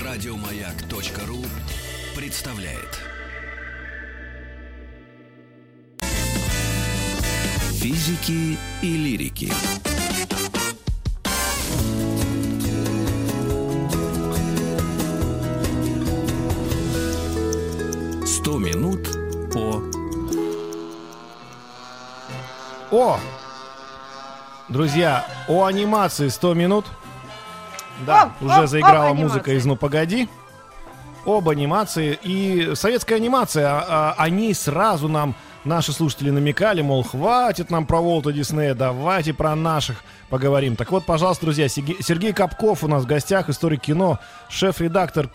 Радиомаяк.ру представляет Физики и лирики. «100 минут О! Друзья, о анимации 100 минут. Да, уже заиграла музыка из «Ну, погоди». Об анимации. И советская анимация, о ней сразу нам наши слушатели намекали, мол, хватит нам про Уолта Диснея, давайте про наших поговорим. Так вот, пожалуйста, друзья, Сергей Капков у нас в гостях, историк кино, шеф-редактор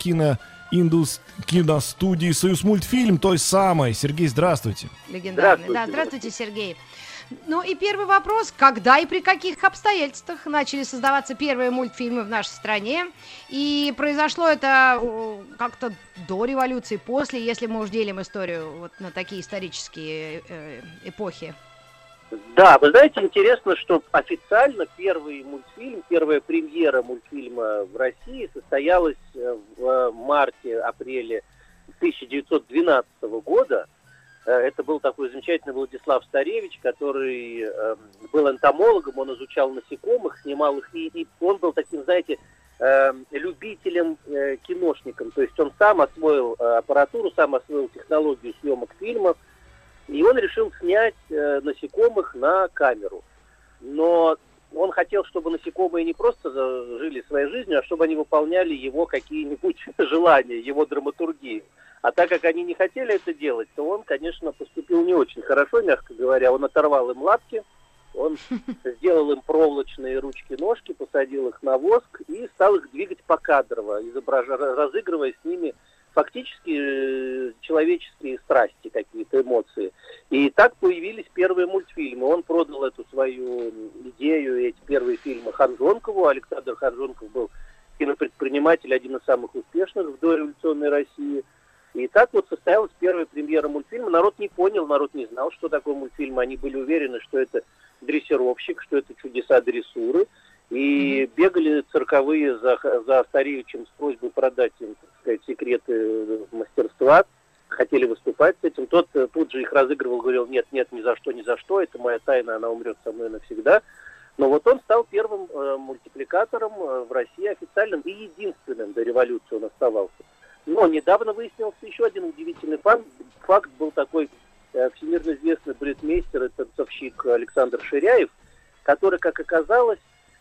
киностудии «Союзмультфильм», той самой. Сергей, здравствуйте. Легендарный. Да, здравствуйте, Сергей. Ну и первый вопрос. Когда и при каких обстоятельствах начали создаваться первые мультфильмы в нашей стране? И произошло это как-то до революции, после, если мы уж делим историю вот на такие исторические эпохи? Да, вы знаете, интересно, что официально первый мультфильм, первая премьера мультфильма в России состоялась в марте-апреле 1912 года. Это был такой замечательный Владислав Старевич, который был энтомологом, он изучал насекомых, снимал их, и он был таким, знаете, любителем, киношником. То есть он сам освоил аппаратуру, сам освоил технологию съемок фильмов, и он решил снять насекомых на камеру. Но он хотел, чтобы насекомые не просто жили своей жизнью, а чтобы они выполняли его какие-нибудь желания, его драматургию. А так как они не хотели это делать, то он, конечно, поступил не очень хорошо, мягко говоря. Он оторвал им лапки, он сделал им проволочные ручки-ножки, посадил их на воск и стал их двигать покадрово, разыгрывая с ними фактически человеческие страсти, какие-то эмоции. И так появились первые мультфильмы. Он продал эту свою идею, эти первые фильмы Ханжонкову. Александр Ханжонков был кинопредприниматель, один из самых успешных в дореволюционной России. И так вот состоялась первая премьера мультфильма. Народ не понял, народ не знал, что такое мультфильм. Они были уверены, что это дрессировщик, что это чудеса дрессуры. И бегали цирковые за Старевичем с просьбой продать им, так сказать, секреты мастерства. Хотели выступать с этим. Тот тут же их разыгрывал, говорил, нет, ни за что, это моя тайна, она умрет со мной навсегда. Но вот он стал первым мультипликатором в России официальным и единственным, до революции он оставался. Но недавно выяснился еще один удивительный факт. Был такой всемирно известный балетмейстер и танцовщик Александр Ширяев, который, как оказалось,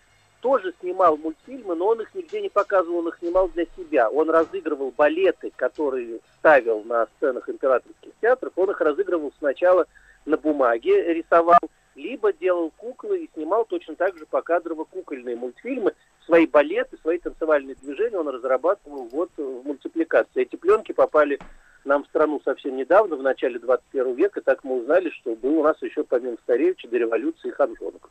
тоже снимал мультфильмы, но он их нигде не показывал, он их снимал для себя. Он разыгрывал балеты, которые ставил на сценах императорских театров, он их разыгрывал сначала на бумаге, рисовал, либо делал куклы и снимал точно так же покадрово кукольные мультфильмы. Свои балеты, свои танцевальные движения он разрабатывал вот в мультипликации. Эти пленки попали нам в страну совсем недавно, в начале 21 века. Так мы узнали, что был у нас еще помимо Старевича до революции Ханжонков.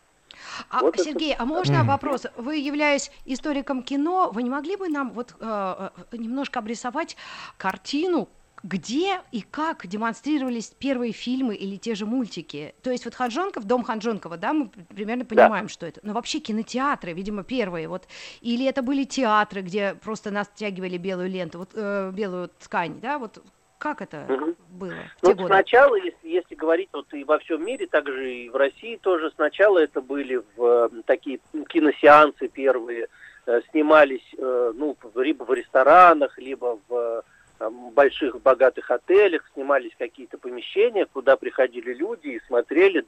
Вот Сергей, а можно вопрос? Вы, являясь историком кино, вы не могли бы нам вот немножко обрисовать картину, где и как демонстрировались первые фильмы или те же мультики? То есть вот Ханжонков, дом Ханжонкова, да, мы примерно понимаем, что это. Но вообще кинотеатры, видимо, первые, вот. Или это были театры, где просто нас стягивали белую ленту, вот белую ткань, да, вот. Как это было в те годы? Сначала, если говорить вот и во всем мире, также и в России тоже, сначала это были такие киносеансы первые, снимались либо в ресторанах, либо в больших богатых отелях, снимались какие-то помещения, куда приходили люди и смотрели,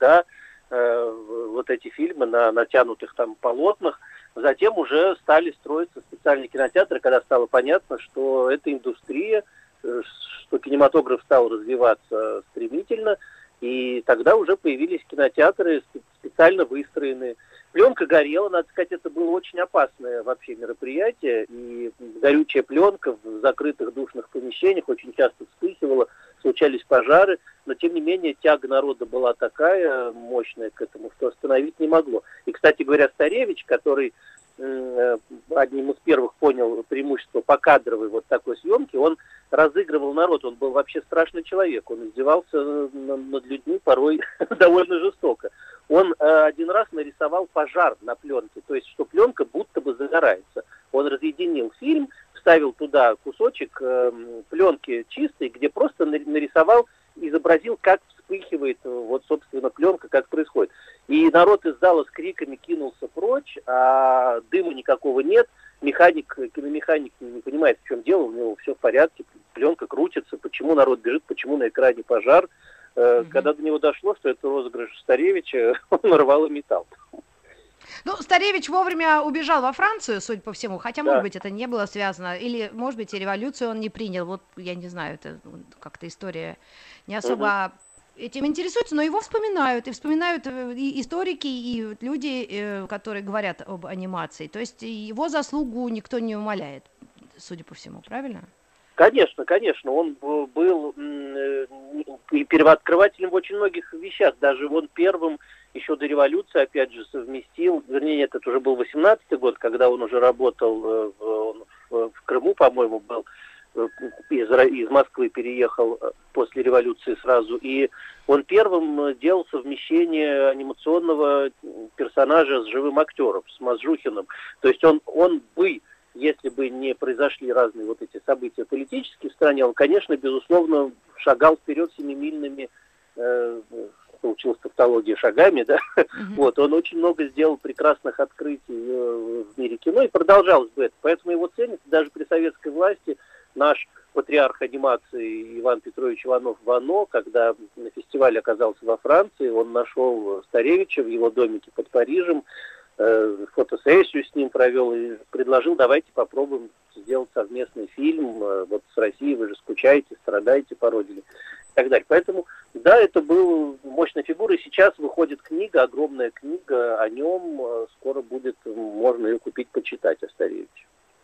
вот эти фильмы на натянутых там полотнах. Затем уже стали строиться специальные кинотеатры, когда стало понятно, что эта индустрия, что кинематограф стал развиваться стремительно, и тогда уже появились кинотеатры специально выстроенные. Пленка горела, надо сказать, это было очень опасное вообще мероприятие, и горючая пленка в закрытых душных помещениях очень часто вспыхивала, случались пожары, но тем не менее тяга народа была такая мощная к этому, что остановить не могло. И, кстати говоря, Старевич, который одним из первых понял преимущество покадровой вот такой съемки, он разыгрывал народ, он был вообще страшный человек, он издевался над людьми порой довольно жестоко. Он один раз нарисовал пожар на пленке, то есть что пленка будто бы загорается. Он разъединил фильм, вставил туда кусочек пленки чистой, где просто нарисовал, изобразил, как вспыхивает, вот, собственно, пленка, как происходит. И народ из зала с криками кинулся прочь, а дыма никакого нет. Киномеханик не понимает, в чем дело, у него все в порядке, пленка крутится, почему народ бежит, почему на экране пожар. Когда до него дошло, что это розыгрыш Старевича, он рвал и металл. Ну, Старевич вовремя убежал во Францию, судя по всему, хотя, может быть, это не было связано, или, может быть, и революцию он не принял, вот, я не знаю, это как-то история не особо этим интересуется, но его вспоминают и историки, и люди, которые говорят об анимации, то есть его заслугу никто не умаляет, судя по всему, правильно? Конечно, он был и первооткрывателем в очень многих вещах, даже он первым еще до революции, опять же, совместил, вернее, это уже был 18-й год, когда он уже работал в Крыму, по-моему, был, из Москвы переехал после революции сразу, и он первым делал совмещение анимационного персонажа с живым актером, с Мазжухиным. То есть он бы, если бы не произошли разные вот эти события политические в стране, он, конечно, безусловно, шагал вперед семимильными, получилась тавтология, шагами, да, вот, он очень много сделал прекрасных открытий в мире кино, и продолжалось бы это, поэтому его ценят даже при советской власти. Наш патриарх анимации Иван Петрович Иванов-Вано, когда на фестивале оказался во Франции, он нашел Старевича в его домике под Парижем, фотосессию с ним провел и предложил, давайте попробуем сделать совместный фильм, вот с Россией, вы же скучаете, страдаете по родине и так далее. Поэтому, да, это была мощная фигура, и сейчас выходит книга, огромная книга о нем, скоро будет, можно ее купить, почитать о Старевиче.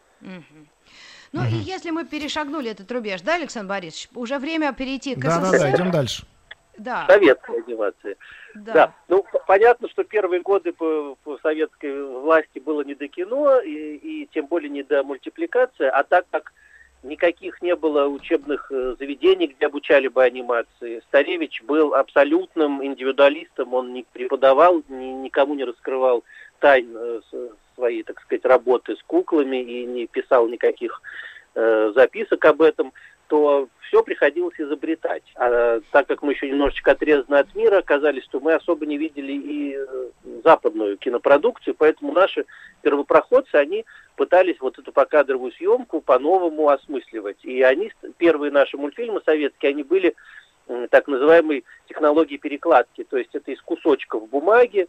Ну и если мы перешагнули этот рубеж, да, Александр Борисович, уже время перейти к СССР. Да, идем дальше. Да. Советская анимация. Да. Ну, понятно, что первые годы по советской власти было не до кино, и тем более не до мультипликации, а так как никаких не было учебных заведений, где обучали бы анимации, Старевич был абсолютным индивидуалистом, он не преподавал, никому не раскрывал тайн своей, так сказать, работы с куклами и не писал никаких записок об этом, то все приходилось изобретать. А так как мы еще немножечко отрезаны от мира оказались, то мы особо не видели и западную кинопродукцию, поэтому наши первопроходцы, они пытались вот эту покадровую съемку по-новому осмысливать. И они, первые наши мультфильмы советские, они были так называемой технологией перекладки, то есть это из кусочков бумаги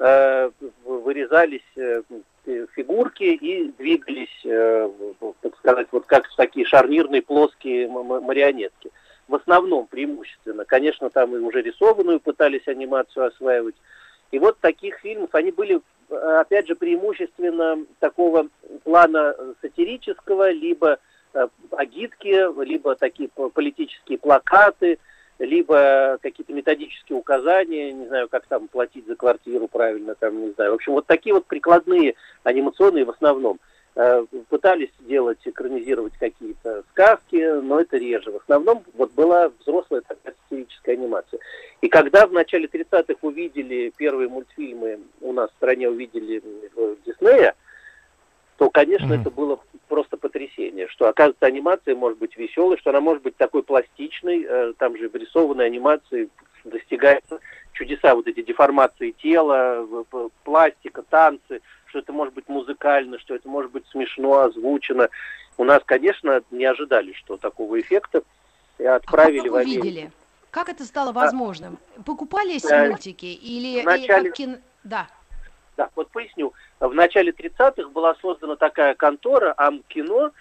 вырезались фигурки и двигались, так сказать, вот как такие шарнирные плоские марионетки. В основном преимущественно. Конечно, там и уже рисованную пытались анимацию осваивать. И вот таких фильмов, они были, опять же, преимущественно такого плана сатирического, либо агитки, либо такие политические плакаты, либо какие-то методические указания, не знаю, как там платить за квартиру правильно, там, не знаю. В общем, вот такие вот прикладные анимационные в основном. Пытались делать, экранизировать какие-то сказки, но это реже. В основном вот была взрослая такая сатирическая анимация. И когда в начале 30-х увидели первые мультфильмы, у нас в стране увидели Диснея, то, конечно, это было просто потрясение, что, оказывается, анимация может быть веселой, что она может быть такой пластичной, там же в рисованной анимации достигаются чудеса, вот эти деформации тела, пластика, танцы, что это может быть музыкально, что это может быть смешно, озвучено. У нас, конечно, не ожидали, что такого эффекта, и отправили в Америку. Увидели? Как это стало возможным? Покупались мультики или вначале... Да. Да, вот поясню. В начале 30-х была создана такая контора Амкино.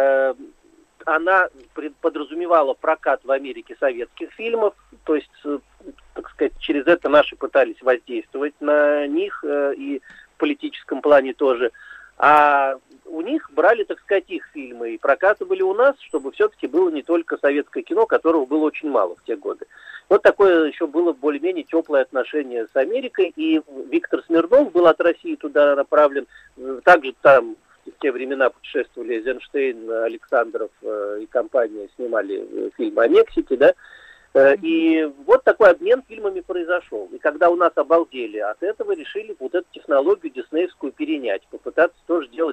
Она подразумевала прокат в Америке советских фильмов. То есть, так сказать, через это наши пытались воздействовать на них и в политическом плане тоже. А у них брали, так сказать, их фильмы и прокатывали у нас, чтобы все-таки было не только советское кино, которого было очень мало в те годы. Вот такое еще было более-менее теплое отношение с Америкой, и Виктор Смирнов был от России туда направлен. Также там в те времена путешествовали Эйзенштейн, Александров и компания, снимали фильмы о Мексике, да. И вот такой обмен фильмами произошел. И когда у нас обалдели от этого, решили вот эту технологию диснеевскую перенять, попытаться тоже делать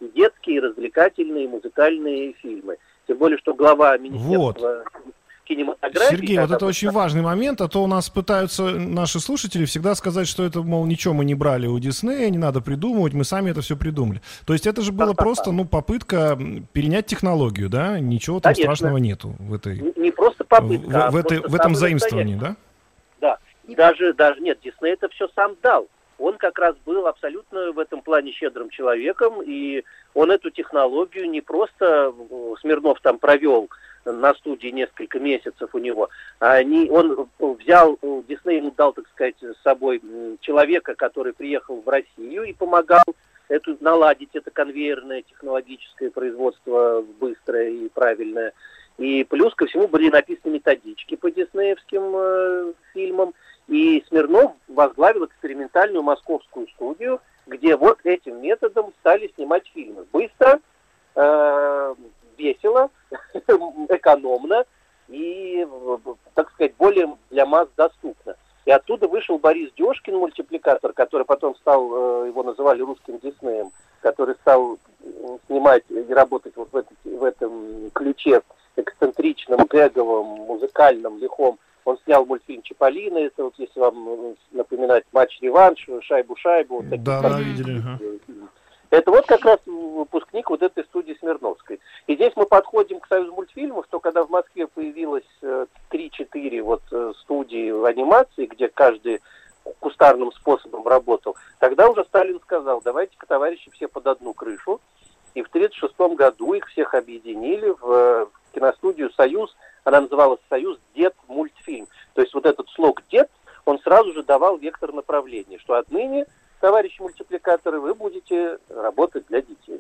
детские, развлекательные, музыкальные фильмы. Тем более, что глава Министерства кинематографии... Сергей, вот это очень важный момент, а то у нас пытаются наши слушатели всегда сказать, что это, мол, ничего мы не брали у Диснея, не надо придумывать, мы сами это все придумали. То есть это же было просто, попытка перенять технологию, да? Ничего там страшного нету в этой... Не просто попытка, в этом заимствовании, да? Да. Даже нет, Дисней это все сам дал. Он как раз был абсолютно в этом плане щедрым человеком, и он эту технологию не просто Смирнов там провел на студии несколько месяцев у него, он взял, Дисней ему дал, так сказать, с собой человека, который приехал в Россию и помогал наладить это конвейерное технологическое производство быстрое и правильное. И плюс ко всему были написаны методички по диснеевским фильмам. И Смирнов возглавил экспериментальную московскую студию, где вот этим методом стали снимать фильмы. Быстро, весело, экономно и, так сказать, более для масс доступно. И оттуда вышел Борис Дёшкин, мультипликатор, который потом стал, его называли русским Диснеем, который стал снимать и работать вот в этом ключе эксцентричном, гэговом, музыкальном, лихом. Он снял мультфильм «Чиполлино», это вот, если вам напоминать, «Матч-реванш», «Шайбу-шайбу». Вот да, видели. Это вот как раз выпускник вот этой студии Смирновской. И здесь мы подходим к Союзмультфильму, что когда в Москве появилось 3-4 вот студии анимации, где каждый кустарным способом работал, тогда уже Сталин сказал: давайте-ка, товарищи, все под одну крышу. И в 1936 году их всех объединили в киностудию «Союз». Она называлась «Союз Дед Мультфильм». То есть вот этот слог «Дед», он сразу же давал вектор направления, что отныне, товарищи мультипликаторы, вы будете работать для детей.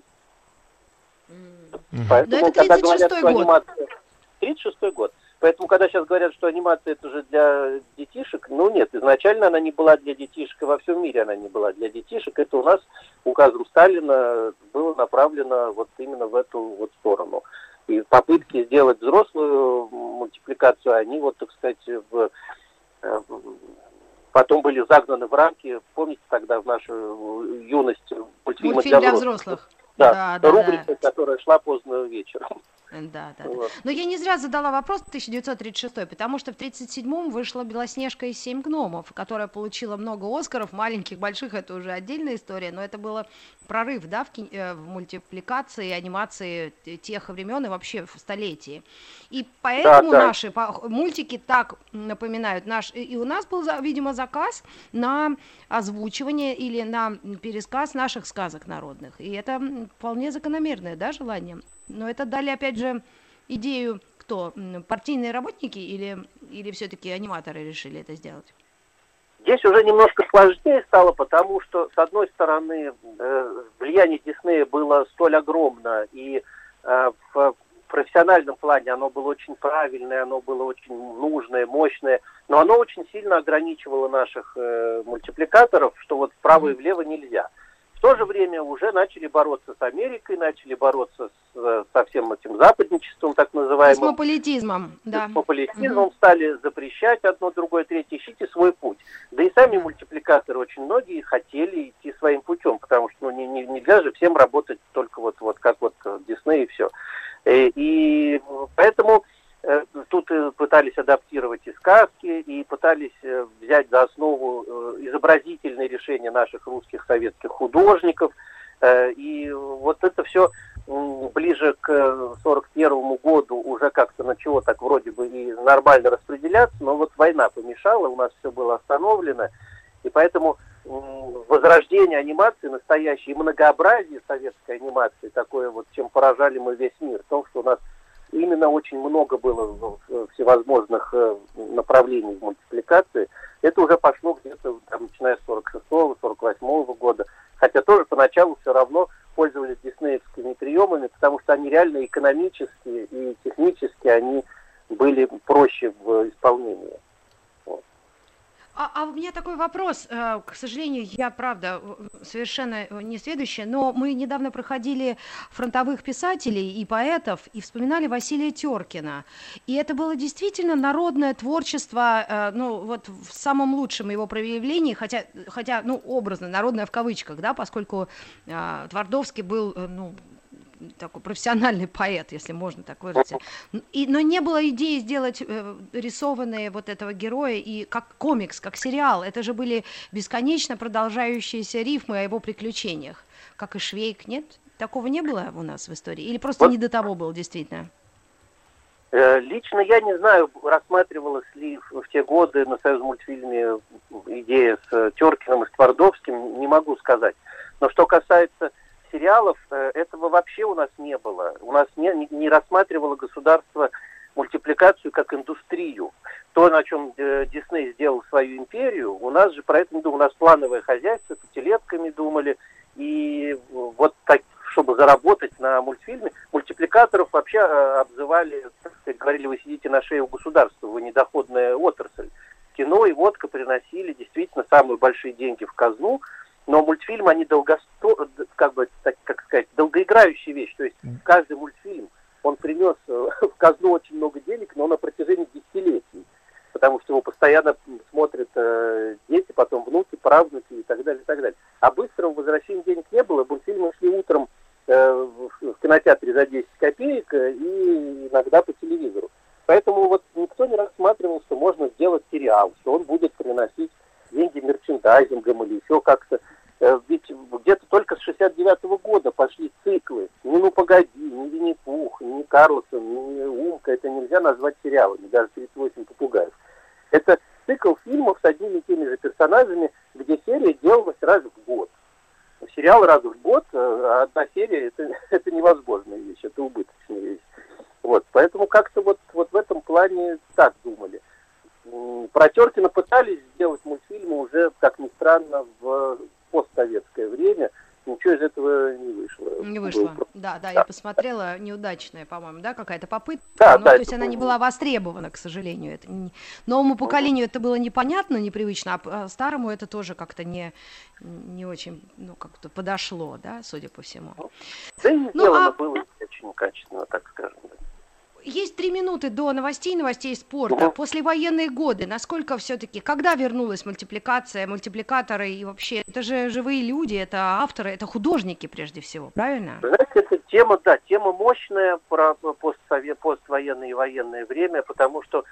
Поэтому, это 36-й год. 36-й год. Поэтому, когда сейчас говорят, что анимация это же для детишек, нет, изначально она не была для детишек, и во всем мире она не была для детишек. Это у нас указом Сталина было направлено вот именно в эту вот сторону. И попытки сделать взрослую мультипликацию, они вот, так сказать, потом были загнаны в рамки. Помните, тогда в нашу юность мультфильм для взрослых? Да, рубрика, которая шла поздно вечером. Да. Но я не зря задала вопрос 1936, потому что в 1937-м вышла «Белоснежка и 7 гномов», которая получила много Оскаров, маленьких, больших, это уже отдельная история, но это было прорыв, да, в мультипликации, анимации тех времен и вообще в столетии. И поэтому наши мультики так напоминают и у нас был, видимо, заказ на озвучивание или на пересказ наших сказок народных. И это вполне закономерное, да, желание. Но это дали, опять же, идею кто? Партийные работники или все-таки аниматоры решили это сделать? Здесь уже немножко сложнее стало, потому что, с одной стороны, влияние Диснея было столь огромно, и в профессиональном плане оно было очень правильное, оно было очень нужное, мощное, но оно очень сильно ограничивало наших мультипликаторов, что вот вправо и влево нельзя. В то же время уже начали бороться с Америкой, начали бороться со всем этим западничеством, так называемым. Космополитизмом, да. Космополитизмом, стали запрещать одно, другое, третье, ищите свой путь. Да и сами мультипликаторы очень многие хотели идти своим путем, потому что нельзя же всем работать только вот как вот Дисней и все. И поэтому тут пытались адаптировать и сказки, и пытались взять за основу изобразительные решения наших русских советских художников. И вот это все ближе к 1941 году уже как-то начало так вроде бы и нормально распределяться, но вот война помешала, у нас все было остановлено. И поэтому возрождение анимации настоящей и многообразие советской анимации, такое вот, чем поражали мы весь мир, в том, что у нас именно очень много было всевозможных направлений в мультипликации. Это уже пошло где-то начиная с 46-48 года. Хотя тоже поначалу все равно пользовались диснеевскими приемами, потому что они реально экономически и технически они были проще в исполнении. А у меня такой вопрос. К сожалению, я, правда, совершенно не сведущая, но мы недавно проходили фронтовых писателей и поэтов и вспоминали Василия Теркина. И это было действительно народное творчество, ну, вот в самом лучшем его проявлении, хотя ну, образно, народное в кавычках, да, поскольку Твардовский был, ну, такой профессиональный поэт, если можно так выразиться. Но не было идеи сделать рисованные вот этого героя и как комикс, как сериал. Это же были бесконечно продолжающиеся рифмы о его приключениях. Как и Швейк, нет? Такого не было у нас в истории? Или просто не до того было действительно? Лично я не знаю, рассматривалась ли в те годы на Союзмультфильме идея с Теркиным и с Твардовским, не могу сказать. Но что касается сериалов, этого вообще у нас не было. У нас не рассматривало государство мультипликацию как индустрию. То, на чем Дисней сделал свою империю, у нас же про это не думали. У нас плановое хозяйство, пятилетками думали. И вот так, чтобы заработать на мультфильме, мультипликаторов вообще обзывали, так сказать, говорили, вы сидите на шее у государства, вы недоходная отрасль. Кино и водка приносили действительно самые большие деньги в казну. Но мультфильмы, они долгоиграющая вещь. То есть каждый мультфильм, он принес в казну очень много денег, но на протяжении десятилетий. Потому что его постоянно смотрят дети, потом внуки, правнуки и так далее, и так далее. А быстрого возвращения денег не было. Мультфильмы шли утром в кинотеатре за 10 копеек и иногда по телевизору. Поэтому вот никто не рассматривал, что можно сделать сериал, что он будет приносить деньги мерчендайзингом или еще как-то. Ведь где-то только с 69-го года пошли циклы. «Ну погоди», ни «Винни-Пух», ни «Карлсон», ни «Умка». Это нельзя назвать сериалами, даже «38 попугаев». Это цикл фильмов с одними и теми же персонажами, где серия делалась раз в год. Сериал раз в год, а одна серия это невозможная вещь, это убыточная вещь. Вот, поэтому как-то вот в этом плане так думали. Про Теркина пытались сделать мультфильмы уже, как ни странно, в постсоветское время. Ничего из этого не вышло. Не вышло. Да, я посмотрела, неудачная, по-моему, да, какая-то попытка. Да, то есть она не была востребована, к сожалению. Новому поколению это было непонятно, непривычно, а старому это тоже как-то не очень, ну, как-то подошло, да, судя по всему. Да и сделано было очень качественно, так скажем. Есть 3 минуты до новостей спорта. Послевоенные годы, насколько все-таки, когда вернулась мультипликация, мультипликаторы и вообще, это же живые люди, это авторы, это художники прежде всего, правильно? Знаете, эта тема мощная про поствоенное и военное время, потому что,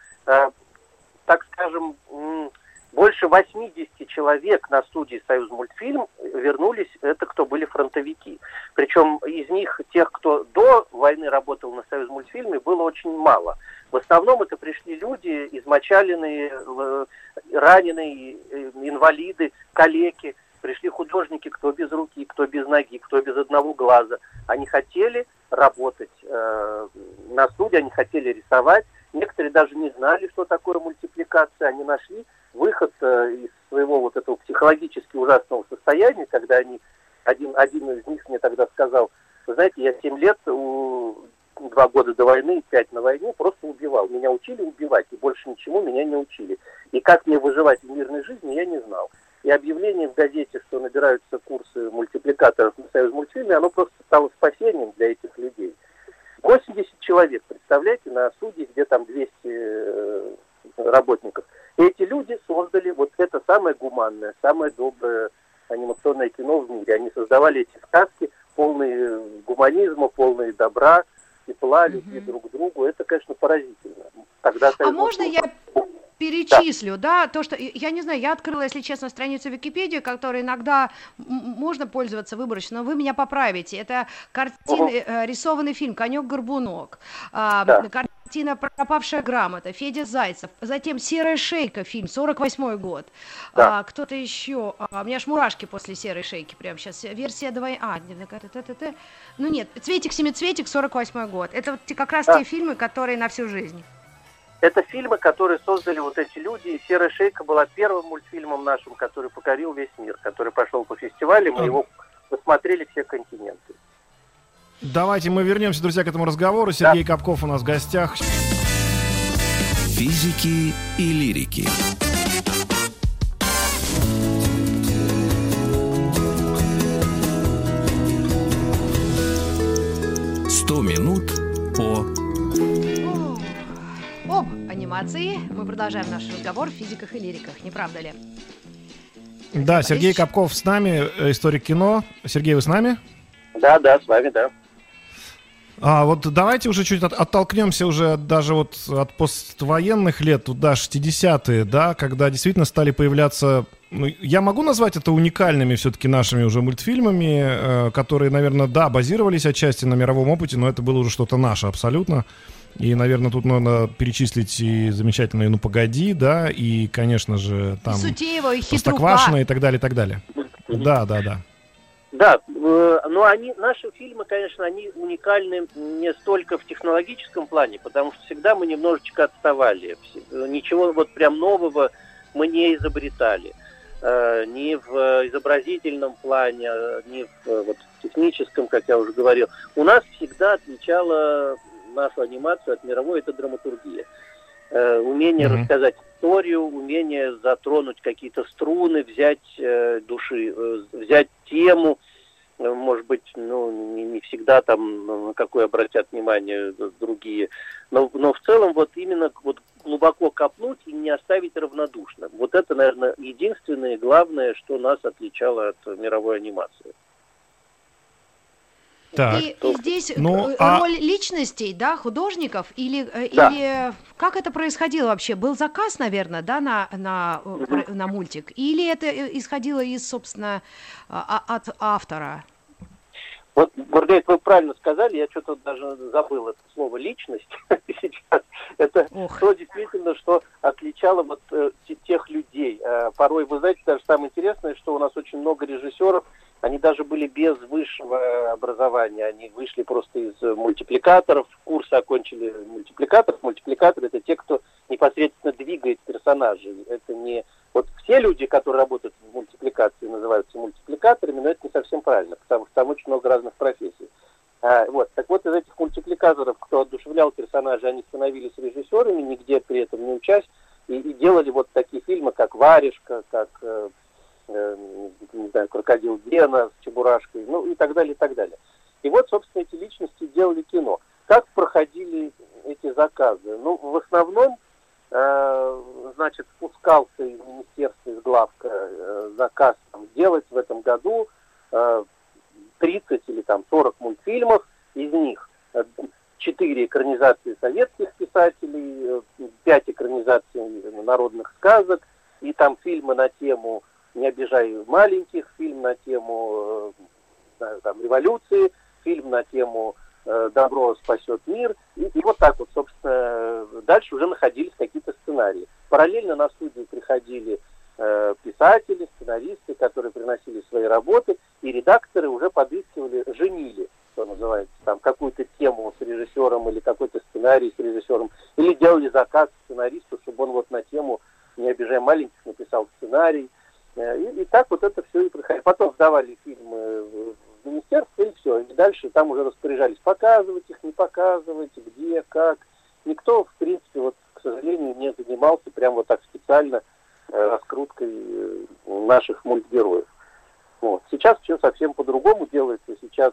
так скажем, больше 80 человек на студии «Союзмультфильм» вернулись, это кто были фронтовики. Причем из них, тех, кто до войны работал на «Союзмультфильме», было очень мало. В основном это пришли люди, измочаленные, раненые, инвалиды, калеки. Пришли художники, кто без руки, кто без ноги, кто без одного глаза. Они хотели работать на студии, они хотели рисовать. Некоторые даже не знали, что такое мультипликация. Они нашли выход из своего вот этого психологически ужасного состояния, когда один из них мне тогда сказал: вы знаете, я 7 лет, 2 года до войны и 5 на войне просто убивал. Меня учили убивать, и больше ничему меня не учили. И как мне выживать в мирной жизни, я не знал. И объявление в газете, что набираются курсы мультипликаторов на Союзмультфильме, оно просто стало спасением для этих людей. 80 человек, представляете, на студии, где там 200 работников. И эти люди создали вот это самое гуманное, самое доброе анимационное кино в мире. Они создавали эти сказки, полные гуманизма, полные добра, тепла, любви друг к другу. Это, конечно, поразительно. А можно я перечислю, да, то, что, я не знаю, я открыла, если честно, страницу Википедии, которой иногда можно пользоваться выборочно, но вы меня поправите. Это картины, рисованный фильм «Конек-горбунок», картина «Пропавшая грамота», Федя Зайцев, затем «Серая шейка» фильм, 48-й год. Да. Кто-то еще, у меня аж мурашки после «Серой шейки», прямо сейчас, версия 2, ну нет, «Цветик-семицветик», 48-й год. Это вот как раз те фильмы, которые на всю жизнь. Это фильмы, которые создали вот эти люди. И «Серая шейка» была первым мультфильмом нашим, который покорил весь мир, который пошел по фестивалям, и его посмотрели все континенты. Давайте мы вернемся, друзья, к этому разговору. Сергей Капков у нас в гостях. Физики и лирики. 100 минут по... Об анимации мы продолжаем наш разговор в физиках и лириках, не правда ли? Да, Сергей Капков с нами, историк кино. Сергей, вы с нами? Да, с вами, да. Вот давайте уже чуть оттолкнемся уже даже вот от поствоенных лет, туда 60-е, да, когда действительно стали появляться, ну, я могу назвать это уникальными все-таки нашими уже мультфильмами, которые, наверное, да, базировались отчасти на мировом опыте, но это было уже что-то наше абсолютно. И, наверное, тут нужно перечислить и замечательные «Ну, погоди», да, и, конечно же, там... И Сутеева, и Простоквашино, и так далее, и так далее. Да. Да, но наши фильмы, конечно, они уникальны не столько в технологическом плане, потому что всегда мы немножечко отставали. Ничего вот прям нового мы не изобретали. Ни в изобразительном плане, ни в техническом, как я уже говорил. У нас всегда отличала нашу анимацию от мировой — это драматургия. Умение рассказать историю, умение затронуть какие-то струны, взять души, взять тему, может быть, не всегда там на какое обратят внимание другие, но в целом вот именно вот глубоко копнуть и не оставить равнодушным. Вот это, наверное, единственное и главное, что нас отличало от мировой анимации. Так. И здесь роль личностей, да, художников, или как это происходило вообще? Был заказ, наверное, да, на мультик? Или это исходило из, собственно, от автора? Вот, Маргарита, вы правильно сказали, я что-то даже забыл это слово «личность» сейчас. Это то действительно, что отличало вот тех людей. Порой, вы знаете, даже самое интересное, что у нас очень много режиссеров, они даже были без высшего образования, они вышли просто из мультипликаторов, курсы окончили мультипликаторов. Мультипликаторы — это те, кто непосредственно двигает персонажей. Это не... Вот все люди, которые работают в мультипликации, называются мультипликаторами, но это не совсем правильно, потому что там очень много разных профессий. Так вот, из этих мультипликаторов, кто одушевлял персонажей, они становились режиссерами, нигде при этом не учась, и делали вот такие фильмы, как «Варежка», как... не знаю, «Крокодил Гена» с Чебурашкой, и так далее, и так далее. И вот, собственно, эти личности делали кино. Как проходили эти заказы? В основном, значит, спускался из министерства, из главка заказ сделать в этом году 30 или 40 мультфильмов, из них 4 экранизации советских писателей, 5 экранизаций народных сказок, и там фильмы на тему «Не обижай маленьких», фильм на тему революции, фильм на тему «Добро спасет мир». И вот так вот, собственно, дальше уже находились какие-то сценарии. Параллельно на студию приходили писатели, сценаристы, которые приносили свои работы, и редакторы уже подыскивали, женили, что называется, там какую-то тему с режиссером или какой-то сценарий с режиссером, или делали заказ сценаристу, чтобы он вот на тему «Не обижай маленьких» написал сценарий. И так вот это все и происходило. Потом сдавали фильмы в министерство, и все. И дальше там уже распоряжались показывать их, не показывать, где, как. Никто, в принципе, вот, к сожалению, не занимался прям вот так специально раскруткой наших мультгероев. Вот. Сейчас все совсем по-другому делается. Сейчас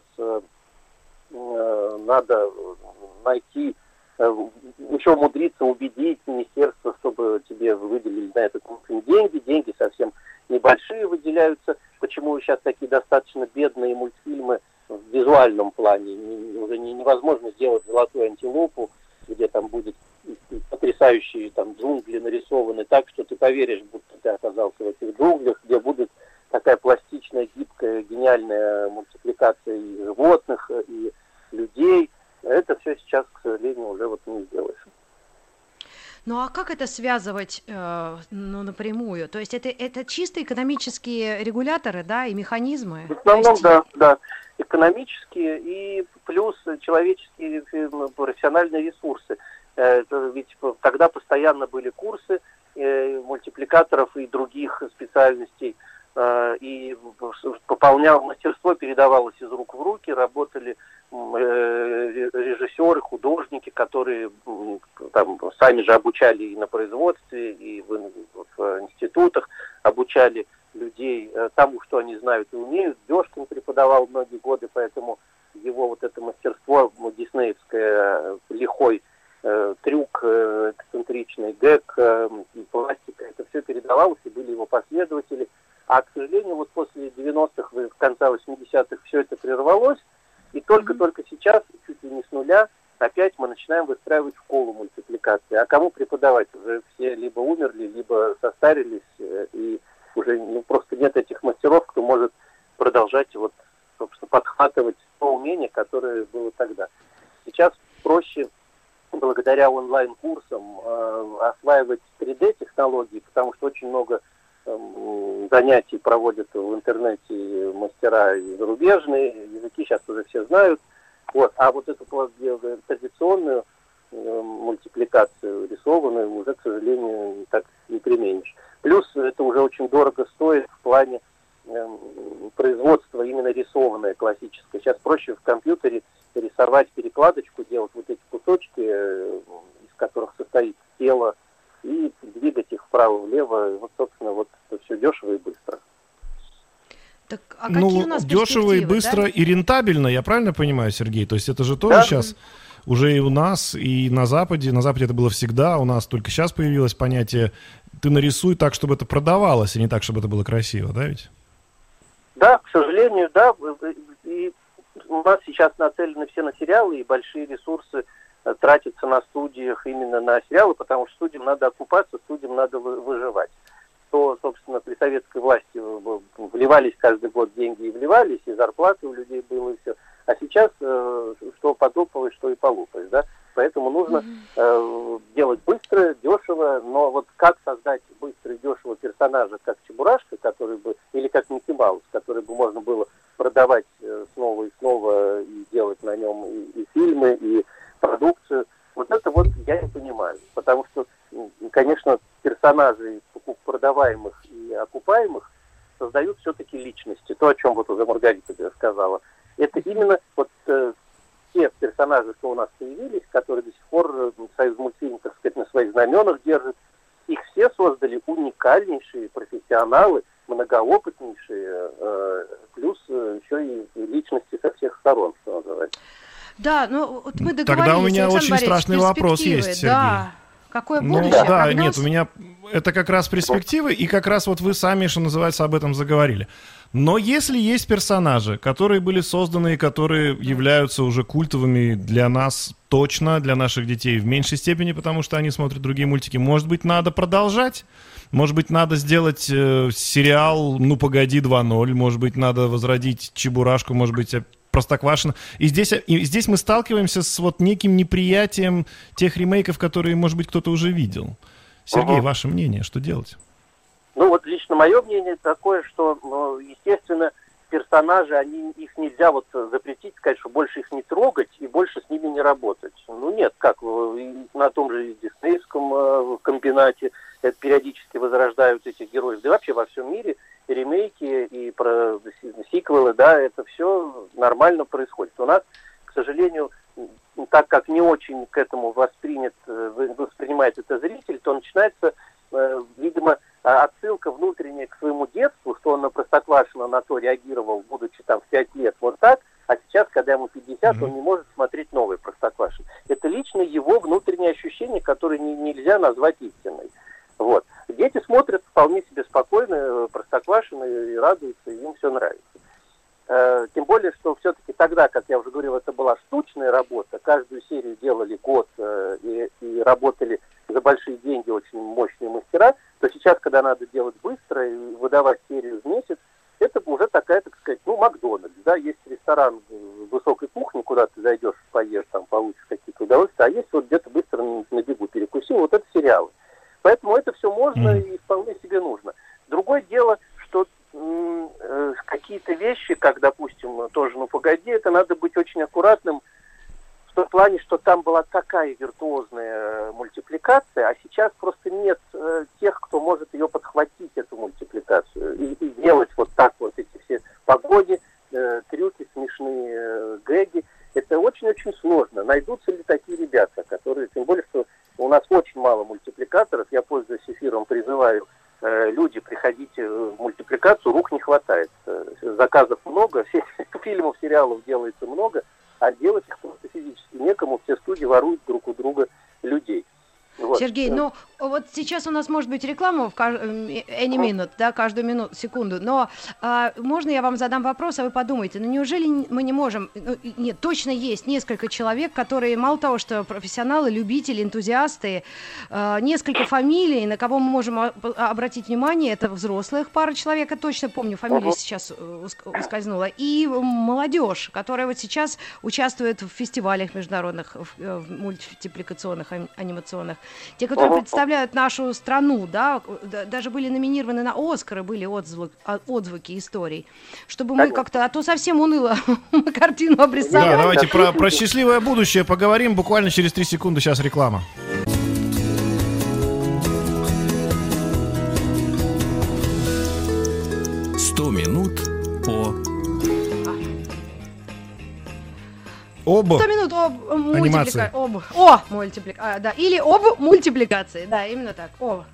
надо найти, еще умудриться убедить министерство, чтобы тебе выделили на этот мультфильм деньги. Деньги совсем небольшие выделяются. Почему сейчас такие достаточно бедные мультфильмы в визуальном плане? Уже невозможно сделать «Золотую антилопу», где там будет потрясающие там джунгли нарисованы так, что ты поверишь, будто ты оказался в этих джунглях, где будет такая пластичная, гибкая, гениальная мультипликация и животных, и людей. Это все сейчас, к сожалению, уже вот не сделаешь. Ну а как это связывать напрямую? То есть это чисто экономические регуляторы, да, и механизмы? В основном, да. Экономические и плюс человеческие профессиональные ресурсы. Ведь тогда постоянно были курсы мультипликаторов и других специальностей, и мастерство передавалось из рук в руки, работали режиссеры, художники, которые там сами же обучали и на производстве, и в институтах, обучали людей тому, что они знают и умеют. Дёшкин преподавал многие годы, поэтому его вот это мастерство диснеевское, лихой трюк, эксцентричный гэг, пластика, это все передавалось, и были его последователи. А, к сожалению, вот после 90-х, в конце 80-х все это прервалось, и только-только сейчас, чуть ли не с нуля, опять мы начинаем выстраивать школу мультипликации. А кому преподавать? Уже все либо умерли, либо состарились, и уже просто нет этих мастеров, кто может продолжать вот, собственно, подхватывать то умение, которое было тогда. Сейчас проще, благодаря онлайн-курсам, осваивать 3D-технологии, потому что очень много занятий проводят в интернете мастера и зарубежные, языки сейчас уже все знают. Вот. А вот эту традиционную мультипликацию, рисованную, уже, к сожалению, так не применишь. Плюс это уже очень дорого стоит в плане производства именно рисованное, классическое. Сейчас проще в компьютере рисовать перекладочку, делать вот эти кусочки, из которых состоит тело, и двигать их вправо-влево. Вот, собственно, вот это все дешево и быстро. Так, а какие у нас дешево и быстро, да? И рентабельно, я правильно понимаю, Сергей? То есть это же тоже сейчас уже и у нас, и на Западе. На Западе это было всегда, у нас только сейчас появилось понятие «ты нарисуй так, чтобы это продавалось, а не так, чтобы это было красиво», да ведь? Да, к сожалению, да. И у нас сейчас нацелены все на сериалы, и большие ресурсы тратятся на студиях именно на сериалы, потому что студиям надо окупаться, студиям надо выживать. То, собственно, при советской власти вливались каждый год деньги и вливались, и зарплаты у людей было, и все. А сейчас что потопалось, что и полупалось, да? Поэтому нужно делать быстро, дешево, но вот как создать быстро и дешево персонажа, как Чебурашка, который бы, или как Микки Маус, который бы можно было продавать снова и снова, и делать на нем и фильмы, и продукцию, вот это вот я не понимаю. Потому что, конечно, персонажей продаваемых и окупаемых создают все-таки личности. То, о чем вот уже Маргарита сказала. Это именно вот те персонажи, что у нас появились, которые до сих пор Союзмультфильм, так сказать, на своих знаменах держит, их все создали уникальнейшие профессионалы, многоопытнейшие, плюс еще и личности со всех сторон, что называется. Да, ну вот мы договорились. Тогда у меня Александр очень Борисович, страшный вопрос есть, Сергей. Да. Какое будущее? Да, прогноз? нет, у меня это как раз перспективы, и как раз вот вы сами, что называется, об этом заговорили. Но если есть персонажи, которые были созданы и которые являются уже культовыми для нас точно, для наших детей в меньшей степени, потому что они смотрят другие мультики, может быть, надо продолжать? Может быть, надо сделать сериал «Ну, погоди, 2.0», может быть, надо возродить Чебурашку, может быть, Простоквашино. И здесь мы сталкиваемся с вот неким неприятием тех ремейков, которые, может быть, кто-то уже видел. Сергей, ваше мнение, что делать? Ну вот лично мое мнение такое, что, естественно, персонажи, их нельзя вот запретить, сказать, что больше их не трогать и больше с ними не работать. Ну нет, как на том же диснеевском комбинате периодически возрождают этих героев. Да и вообще во всем мире ремейки и сиквелы, да, это все нормально происходит. У нас, к сожалению, так как не очень к этому воспринимает это зритель, то начинается, видимо, отсылка внутренняя к своему детству, что он на Простоквашино на то реагировал, будучи там в 5 лет вот так, а сейчас, когда ему 50, он не может смотреть новый Простоквашино. Это лично его внутреннее ощущение, которое нельзя назвать истинной. Вот. Дети смотрят вполне себе спокойно Простоквашино и радуются, и им все нравится. Тем более, что все-таки тогда, как я уже говорил, это была штучная работа, каждую серию делали год и работали за большие деньги очень мощные мастера, то сейчас, когда надо делать быстро и выдавать серию в месяц, это уже такая, так сказать, Макдональдс, да, есть ресторан высокой кухни, куда ты зайдешь, поешь, там, получишь какие-то удовольствия, а есть вот где-то быстро на бегу перекусил, вот это сериалы. Поэтому это все можно и вполне себе нужно. Другое дело, что какие-то вещи, как, допустим, тоже «Ну, погоди», это надо быть очень аккуратным в том плане, что там была такая виртуозная мультипликация, а сейчас просто нет тех, кто может ее подхватить, эту мультипликацию, и делать вот так вот эти все погони, трюки, смешные гэги. Это очень-очень сложно. Найдутся ли такие ребята, которые, тем более, что у нас очень мало мультипликаторов, я, пользуясь эфиром, призываю люди, приходите в мультипликацию, рук не хватает. Заказов много, фильмов, сериалов делается много, а делать их просто физически некому, все студии воруют друг у друга людей. Вот. Сергей, ну вот сейчас у нас может быть реклама в any minute, да, каждую минуту, секунду, но можно я вам задам вопрос, а вы подумайте, ну неужели мы не можем, нет, точно есть несколько человек, которые мало того, что профессионалы, любители, энтузиасты, несколько фамилий, на кого мы можем обратить внимание, это взрослых пара человек, я точно помню, фамилия сейчас ускользнула, и молодежь, которая вот сейчас участвует в фестивалях международных, в мультипликационных, анимационных. Те, которые представляют нашу страну, да, даже были номинированы на Оскары, были отзвуки историй, чтобы мы как-то, а то совсем уныло картину обрисовали. Да, давайте про счастливое будущее поговорим буквально через 3 секунды, сейчас реклама. «100 минут по...» 100 минут об мультипликации. Да, именно так.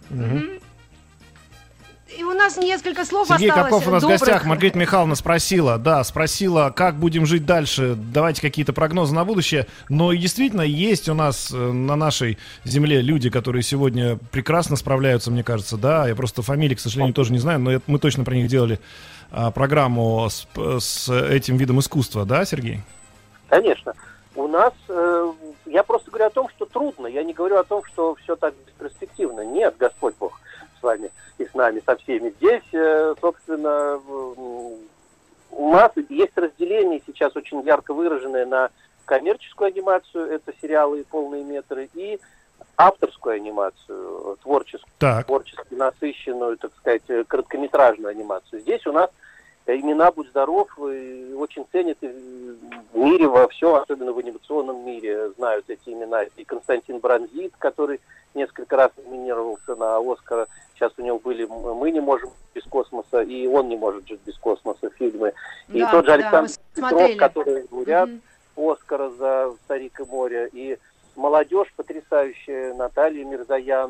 И у нас несколько слов Сергей осталось. Капков у нас в гостях. Маргарита Михайловна спросила, как будем жить дальше. Давайте какие-то прогнозы на будущее. Но действительно есть у нас на нашей земле люди, которые сегодня прекрасно справляются, мне кажется. Да, я просто фамилии, к сожалению, тоже не знаю, но мы точно про них делали программу с этим видом искусства. Да, Сергей? Конечно. У нас, я просто говорю о том, что трудно. Я не говорю о том, что все так бесперспективно. Нет, Господь Бог с вами и с нами, со всеми. Здесь, собственно, у нас есть разделение сейчас очень ярко выраженное на коммерческую анимацию, это сериалы и полные метры, и авторскую анимацию, творчески насыщенную, так сказать, короткометражную анимацию. Здесь у нас имена, будь здоров, и очень ценят в мире во всем, особенно в анимационном мире, знают эти имена. И Константин Бронзит, который несколько раз номинировался на Оскара. Сейчас у него были «Мы не можем без космоса», и «Он не может жить без космоса» фильмы. И тот же Александр Петров, который лауреат Оскара за «Старик и море». И молодежь потрясающая, Наталья Мирзоян,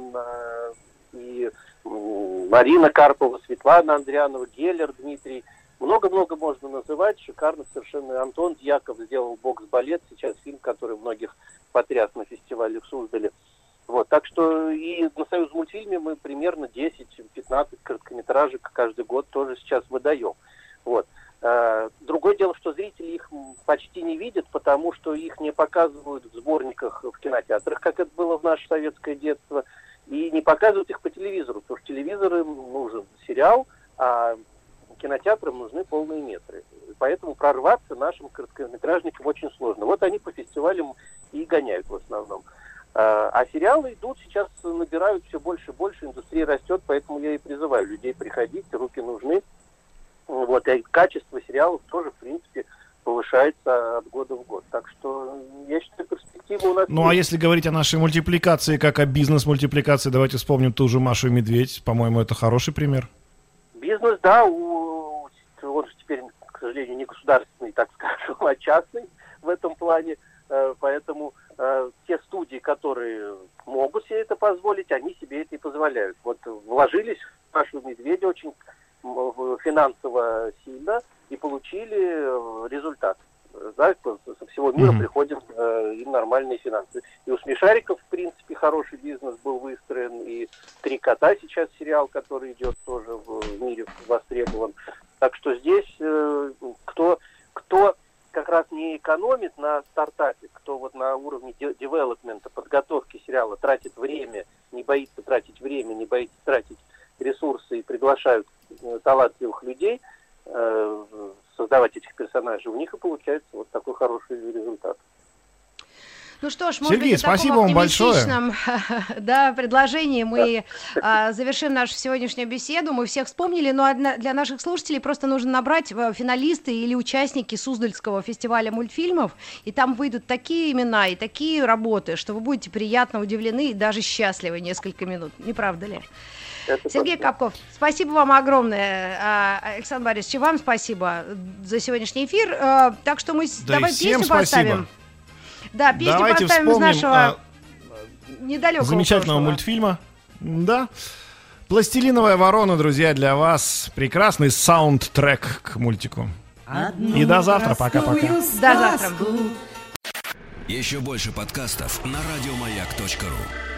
и Марина Карпова, Светлана Андрянова, Геллер Дмитрий. Много-много можно называть, шикарно совершенно. Антон Дьяков сделал «Бокс-балет», сейчас фильм, который многих потряс на фестивале в Суздале. Вот, так что и на Союзмультфильме мы примерно 10-15 короткометражек каждый год тоже сейчас выдаем. Вот. Другое дело, что зрители их почти не видят, потому что их не показывают в сборниках в кинотеатрах, как это было в наше советское детство, и не показывают их по телевизору, потому что телевизорам нужен сериал, а кинотеатрам нужны полные метры. Поэтому прорваться нашим короткометражникам очень сложно. Вот они по фестивалям и гоняют в основном. А сериалы идут, сейчас набирают все больше и больше, индустрия растет, поэтому я и призываю людей приходить, руки нужны. Вот, и качество сериалов тоже, в принципе, повышается от года в год. Так что я считаю, перспектива у нас... Ну, а если говорить о нашей мультипликации, как о бизнес-мультипликации, давайте вспомним ту же «Машу и медведь». По-моему, это хороший пример. Бизнес, да, он же теперь, к сожалению, не государственный, так скажем, а частный в этом плане. Поэтому те студии, которые могут себе это позволить, они себе это и позволяют. Вот вложились в «Машу и медведя» очень финансово сильно и получили результат. Да, со всего мира приходят им нормальные финансы. И у «Смешариков», в принципе, хороший бизнес был выстроен. И «Три кота» сейчас сериал, который идет тоже в мире востребован. Так что здесь кто как раз не экономит на стартапе, кто вот на уровне девелопмента, подготовки сериала тратит время, не боится тратить время, не боится тратить ресурсы и приглашают талантливых людей создавать этих персонажей, у них и получается вот такой хороший результат. Ну что ж, может Сергей, быть, спасибо вам большое. Предложении мы завершим нашу сегодняшнюю беседу. Мы всех вспомнили, но для наших слушателей просто нужно набрать финалисты или участники Суздальского фестиваля мультфильмов, и там выйдут такие имена и такие работы, что вы будете приятно удивлены и даже счастливы несколько минут. Не правда ли? Сергей Капков, спасибо вам огромное. Александр Борисович, вам спасибо за сегодняшний эфир. Так что мы давай песню поставим. Да, песню давайте поставим из нашего недалекого замечательного прошлого мультфильма. Да. «Пластилиновая ворона», друзья, для вас. Прекрасный саундтрек к мультику. И до завтра. Пока-пока. До завтра. Еще больше подкастов на радиомаяк.ру.